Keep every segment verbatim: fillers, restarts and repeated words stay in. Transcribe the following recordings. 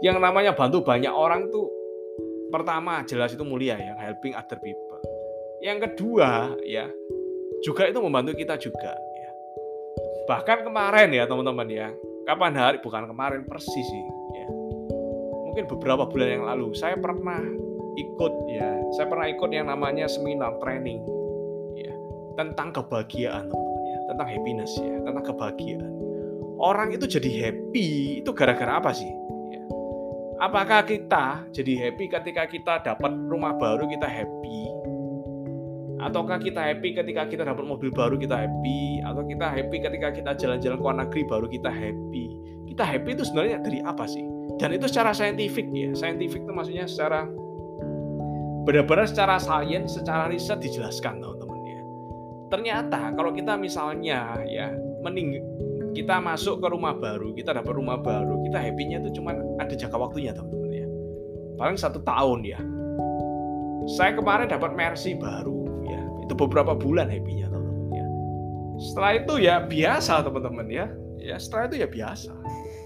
Yang namanya bantu banyak orang tuh, pertama jelas itu mulia ya, helping other people. Yang kedua ya, juga itu membantu kita juga ya. Bahkan kemarin ya teman-teman ya, kapan hari, bukan kemarin persis sih ya. Mungkin beberapa bulan yang lalu saya pernah ikut ya, saya pernah ikut yang namanya seminar training ya, tentang kebahagiaan teman-teman ya, tentang happiness ya, tentang kebahagiaan. Orang itu jadi happy itu gara-gara apa sih? Ya. Apakah kita jadi happy ketika kita dapat rumah baru kita happy? Ataukah kita happy ketika kita dapat mobil baru kita happy? Atau kita happy ketika kita jalan-jalan ke luar negeri baru kita happy? Kita happy itu sebenarnya dari apa sih? Dan itu secara saintifik ya. Saintifik itu maksudnya secara benar-benar secara sains, secara riset dijelaskan teman-teman ya. Ternyata kalau kita misalnya ya mening kita masuk ke rumah baru, kita dapat rumah baru, kita happy-nya itu cuma ada jangka waktunya teman-teman ya. Paling satu tahun ya. Saya kemarin dapat Mercy baru ya, itu beberapa bulan happy-nya teman-teman ya. Setelah itu ya biasa teman-teman ya. Ya setelah itu ya biasa.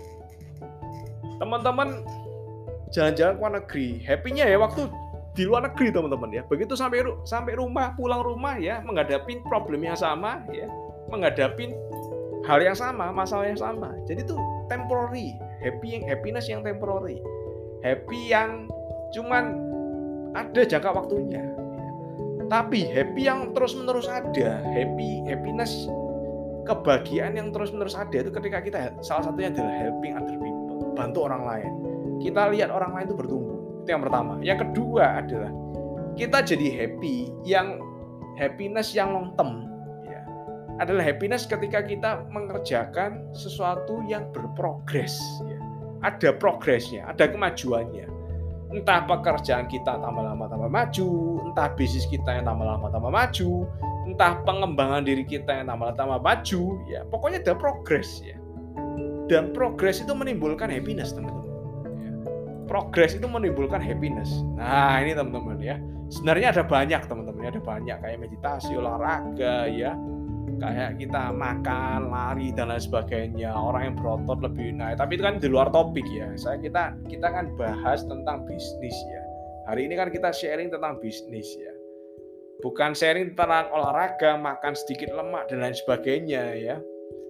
Teman-teman jalan-jalan ke luar negeri, happy-nya ya waktu di luar negeri teman-teman ya. Begitu sampai sampai rumah, pulang rumah ya, menghadapi problem yang sama ya, menghadapi hal yang sama, masalah yang sama. Jadi itu temporary, happy yang happiness yang temporary. Happy yang cuman ada jangka waktunya. Tapi happy yang terus-menerus ada, happy happiness kebahagiaan yang terus-menerus ada itu ketika kita salah satunya adalah helping other people, bantu orang lain. Kita lihat orang lain itu bertumbuh. Itu yang pertama. Yang kedua adalah kita jadi happy yang happiness yang long term ya. Adalah happiness ketika kita mengerjakan sesuatu yang berprogres ya. Ada progresnya, ada kemajuannya. Entah pekerjaan kita tambah lama tambah maju, entah bisnis kita yang tambah lama tambah maju, entah pengembangan diri kita yang tambah tambah maju ya. Pokoknya ada progres ya. Dan progres itu menimbulkan happiness teman-teman. Progres itu menimbulkan happiness. Nah ini teman-teman ya. Sebenarnya ada banyak teman-teman, ada banyak kayak meditasi, olahraga ya, kayak kita makan, lari dan lain sebagainya. Orang yang berotot lebih naik. Tapi itu kan di luar topik ya. Saya kita kita kan bahas tentang bisnis ya. Hari ini kan kita sharing tentang bisnis ya. Bukan sharing tentang olahraga, makan sedikit lemak dan lain sebagainya ya.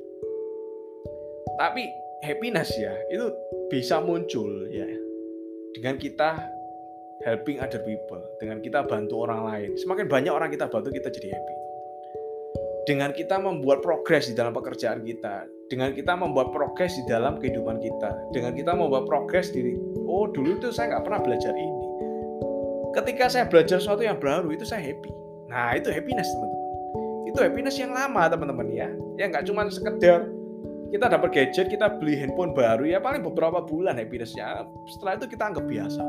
Tapi happiness ya itu bisa muncul ya dengan kita helping other people, dengan kita bantu orang lain. Semakin banyak orang kita bantu, kita jadi happy. Dengan kita membuat progres di dalam pekerjaan kita, dengan kita membuat progres di dalam kehidupan kita, dengan kita membuat progres di, oh dulu itu saya nggak pernah belajar ini. Ketika saya belajar sesuatu yang baru, itu saya happy. Nah itu happiness teman-teman. Itu happiness yang lama teman-teman ya. Ya nggak cuma sekedar kita dapat gadget, kita beli handphone baru ya paling beberapa bulan happiness-nya. Setelah itu kita anggap biasa.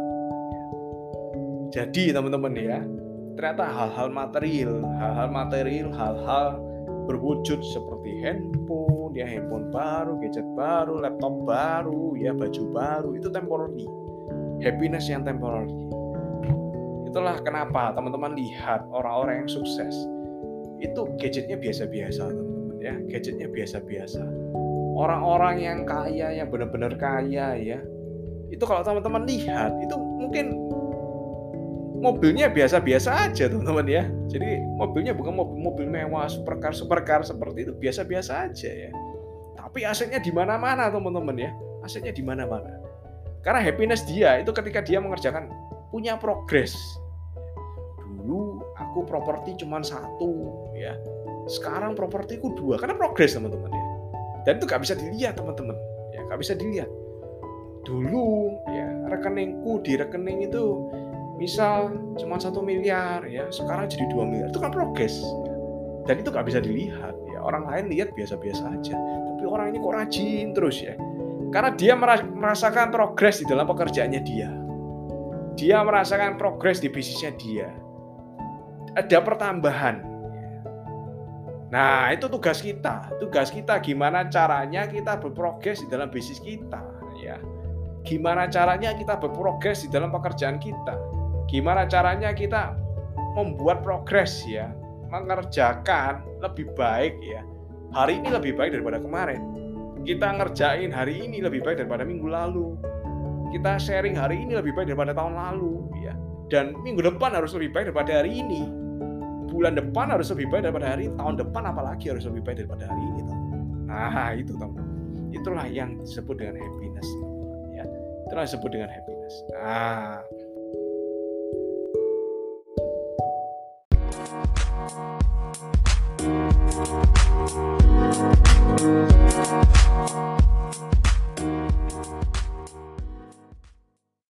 Jadi teman-teman ya, ternyata hal-hal material, hal-hal material, hal-hal berwujud seperti handphone, ya handphone baru, gadget baru, laptop baru, ya baju baru, itu temporary. Happiness yang temporary. Itulah kenapa teman-teman lihat orang-orang yang sukses itu gadgetnya biasa-biasa teman-teman ya, gadgetnya biasa-biasa. Orang-orang yang kaya, yang benar-benar kaya ya, itu kalau teman-teman lihat itu mungkin mobilnya biasa-biasa aja teman-teman ya. Jadi mobilnya bukan mobil-mobil mewah, supercar supercar seperti itu, biasa-biasa aja ya. Tapi asetnya di mana-mana teman-teman ya. Asetnya di mana-mana. Karena happiness dia itu ketika dia mengerjakan punya progres. Dulu aku properti cuma satu ya. Sekarang propertiku dua karena progres teman-teman ya. Dan itu gak bisa dilihat teman-teman ya, gak bisa dilihat. Dulu ya rekeningku di rekening itu misal cuma satu miliar ya, sekarang jadi dua miliar, itu kan progres ya. Dan itu gak bisa dilihat ya. Orang lain lihat biasa-biasa aja, tapi orang ini kok rajin terus ya, karena dia merasakan progres di dalam pekerjaannya dia, dia merasakan progres di bisnisnya dia, ada pertambahan. Nah itu tugas kita, tugas kita gimana caranya kita berprogres di dalam bisnis kita ya, gimana caranya kita berprogres di dalam pekerjaan kita, gimana caranya kita membuat progres ya, mengerjakan lebih baik ya, hari ini lebih baik daripada kemarin, kita ngerjain hari ini lebih baik daripada minggu lalu, Kita sharing hari ini lebih baik daripada tahun lalu, ya. Dan minggu depan harus lebih baik daripada hari ini. Bulan depan harus lebih baik daripada hari ini. Tahun depan apalagi harus lebih baik daripada hari ini, teman-teman. Nah, itu teman-teman. Itulah yang disebut dengan happiness, ya. Itulah yang disebut dengan happiness. Nah.